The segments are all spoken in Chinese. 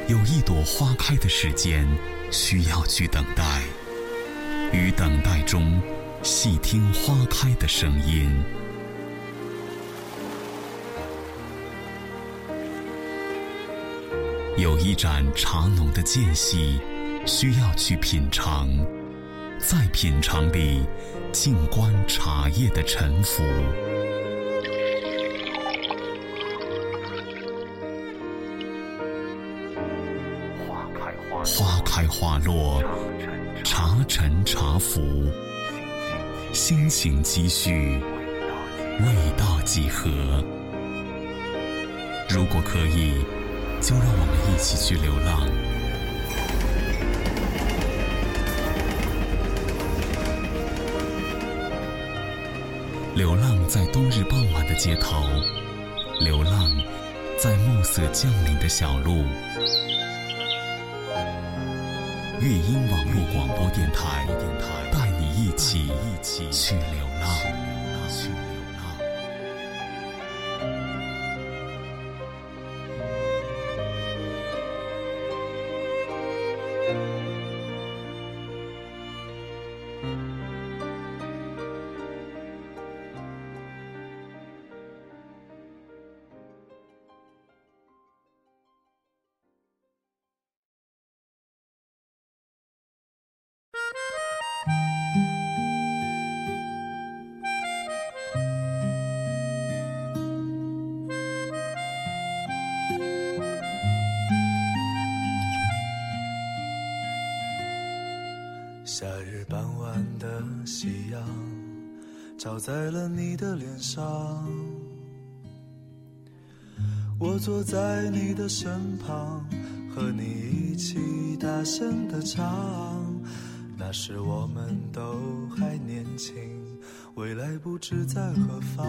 有一朵花开的时间需要去等待，于等待中细听花开的声音。有一盏茶浓的间隙需要去品尝，在品尝里静观茶叶的沉浮。花开花落，茶沉茶浮，心情积蓄，味道几何。如果可以，就让我们一起去流浪。流浪在冬日傍晚的街头，流浪在暮色降临的小路。乐音网络广播电台带你一起去流浪。 夏日傍晚的夕阳照在了你的脸上，我坐在你的身旁，和你一起大声地唱。那时我们都还年轻，未来不知在何方。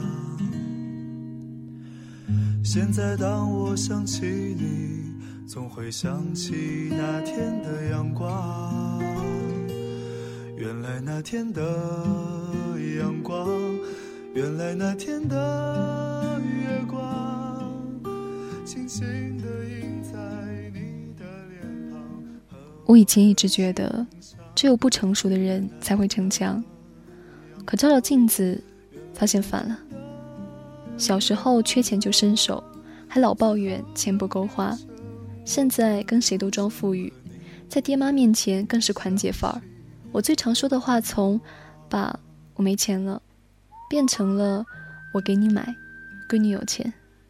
现在当我想起你，总会想起那天的阳光。原来那天的阳光，原来那天的月光，轻轻地印在你的脸庞。 我以前一直觉得只有不成熟的人才会逞强，可照照镜子发现反了。小时候缺钱就伸手，还老抱怨钱不够花，现在跟谁都装富裕，在爹妈面前更是宽解范儿。我最常说的话从爸我没钱了变成了我给你买，闺女有钱。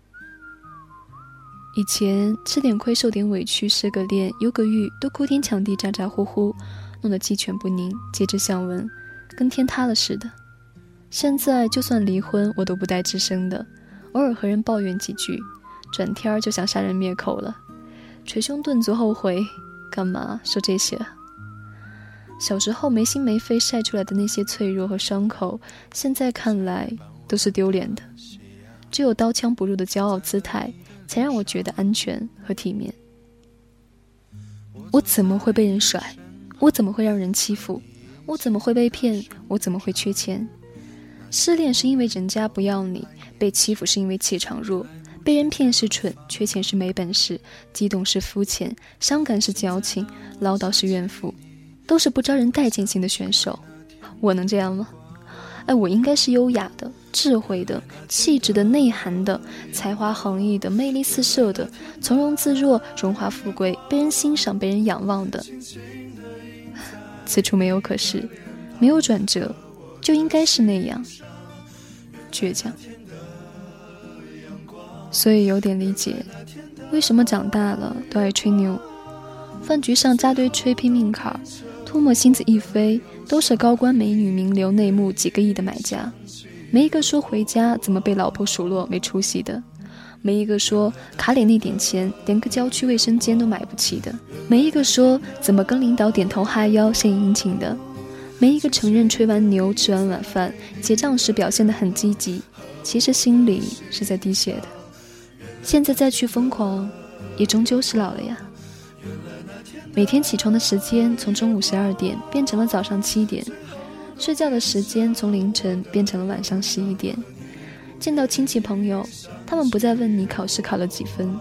以前吃点亏受点委屈失个恋忧个郁都哭天抢地咋咋呼呼，弄得鸡犬不宁皆知相闻，跟天塌了似的。现在就算离婚我都不带吱声的，偶尔和人抱怨几句，转天就想杀人灭口了，捶胸顿足后悔，干嘛说这些啊？小时候没心没肺晒出来的那些脆弱和伤口，现在看来都是丢脸的。只有刀枪不入的骄傲姿态，才让我觉得安全和体面。我怎么会被人甩？我怎么会让人欺负？我怎么会被骗？我怎么会缺钱？失恋是因为人家不要你，被欺负是因为气场弱，被人骗是蠢，缺钱是没本事，激动是肤浅，伤感是矫情，唠叨是怨妇，都是不招人待见型的选手。我能这样吗？我应该是优雅的、智慧的、气质的、内涵的、才华横溢的、魅力四射的、从容自若、荣华富贵、被人欣赏、被人仰望的。此处没有可是，没有转折，就应该是那样倔强。所以有点理解为什么长大了都爱吹牛，饭局上扎堆吹拼命卡，唾沫星子一飞，都是高官美女名流内幕几个亿的买家，没一个说回家怎么被老婆数落没出息的，没一个说卡里那点钱连个郊区卫生间都买不起的，没一个说怎么跟领导点头哈腰献殷勤的，没一个承认吹完牛吃完晚饭结账时表现得很积极，其实心里是在滴血的。现在再去疯狂也终究是老了呀。每天起床的时间从中午12点变成了早上7点，睡觉的时间从凌晨变成了晚上11点。见到亲戚朋友，他们不再问你考试考了几分，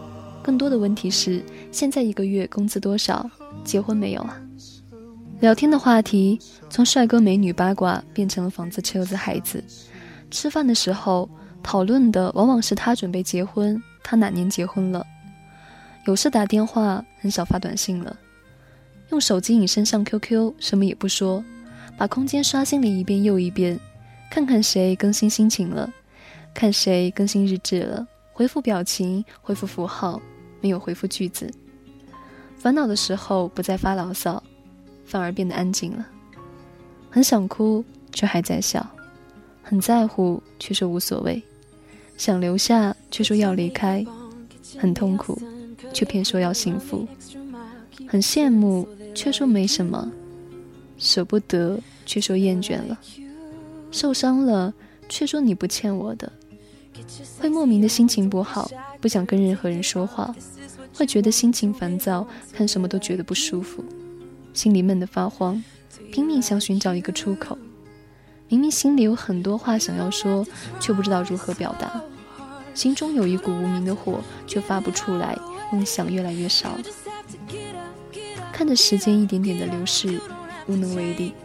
更多的问题是，现在1个月工资多少？结婚没有啊？聊天的话题从帅哥美女八卦变成了房子车子孩子。吃饭的时候讨论的往往是他准备结婚，他哪年结婚了。有事打电话，很少发短信了。用手机隐身上 QQ， 什么也不说，把空间刷新了一遍又一遍，看看谁更新心情了，看谁更新日志了，回复表情，回复符号，没有回复句子。烦恼的时候不再发牢骚，反而变得安静了。很想哭，却还在笑；很在乎，却说无所谓；想留下，却说要离开；很痛苦，却偏说要幸福；很羡慕，却说没什么；舍不得，却说厌倦了；受伤了，却说你不欠我的；会莫名的心情不好，不想跟任何人说话；会觉得心情烦躁，看什么都觉得不舒服；心里闷得发慌，拼命想寻找一个出口。明明心里有很多话想要说，却不知道如何表达。心中有一股无名的火，却发不出来，梦想越来越少了。看着时间一点点的流逝，无能为力。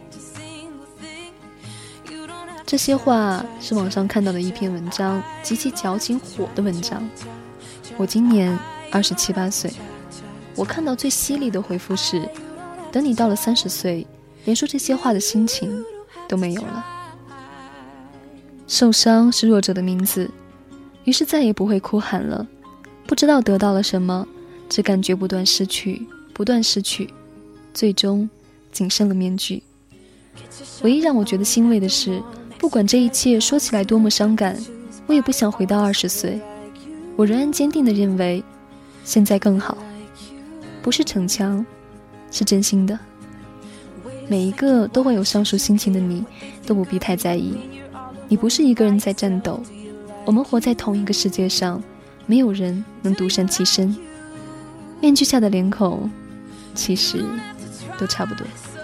这些话是网上看到的一篇文章，极其矫情火的文章。我今年27、28岁，我看到最犀利的回复是：等你到了30岁，连说这些话的心情都没有了。受伤是弱者的名字，于是再也不会哭喊了。不知道得到了什么，只感觉不断失去，不断失去，最终仅剩了面具。唯一让我觉得欣慰的是，不管这一切说起来多么伤感，我也不想回到20岁。我仍然坚定地认为，现在更好。不是逞强，是真心的。每一个都会有上述心情的你，都不必太在意。你不是一个人在战斗，我们活在同一个世界上，没有人能独善其身。面具下的脸孔，其实都差不多。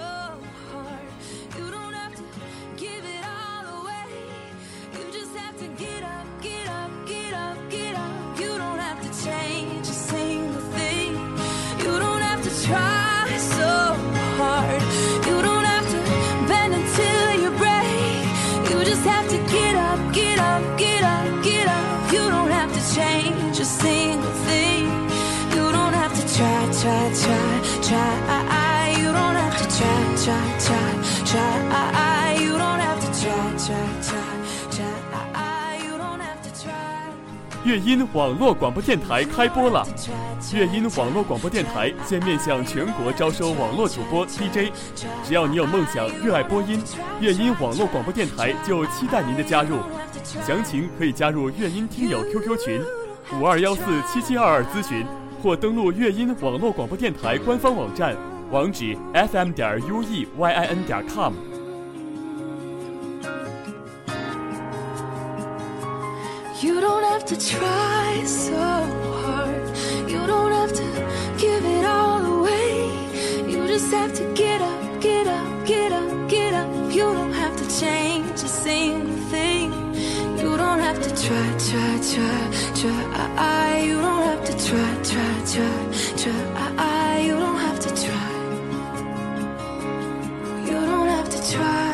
乐音网络广播电台开播了！乐音网络广播电台现面向全国招收网络主播 DJ， 只要你有梦想，热爱播音，乐音网络广播电台就期待您的加入。详情可以加入乐音听友 QQ 群52147722咨询，或登录乐音网络广播电台官方网站，网址 fm.ueyin.com。 You don't have to try so hard. You don't have to give it all away. You just have to get up, get up, get up, get up. You don't have to change a single thing. You don't have to try, try, try, try. You don't have to try, try, try, try. You don't have to try. You don't have to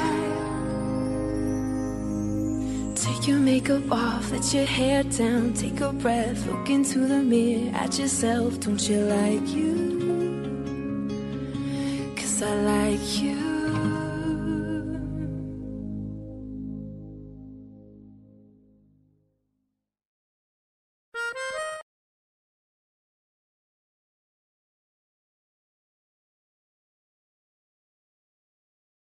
try.Take your makeup off, let your hair down, take a breath, look into the mirror at yourself. Don't you like you? 'Cause I like you.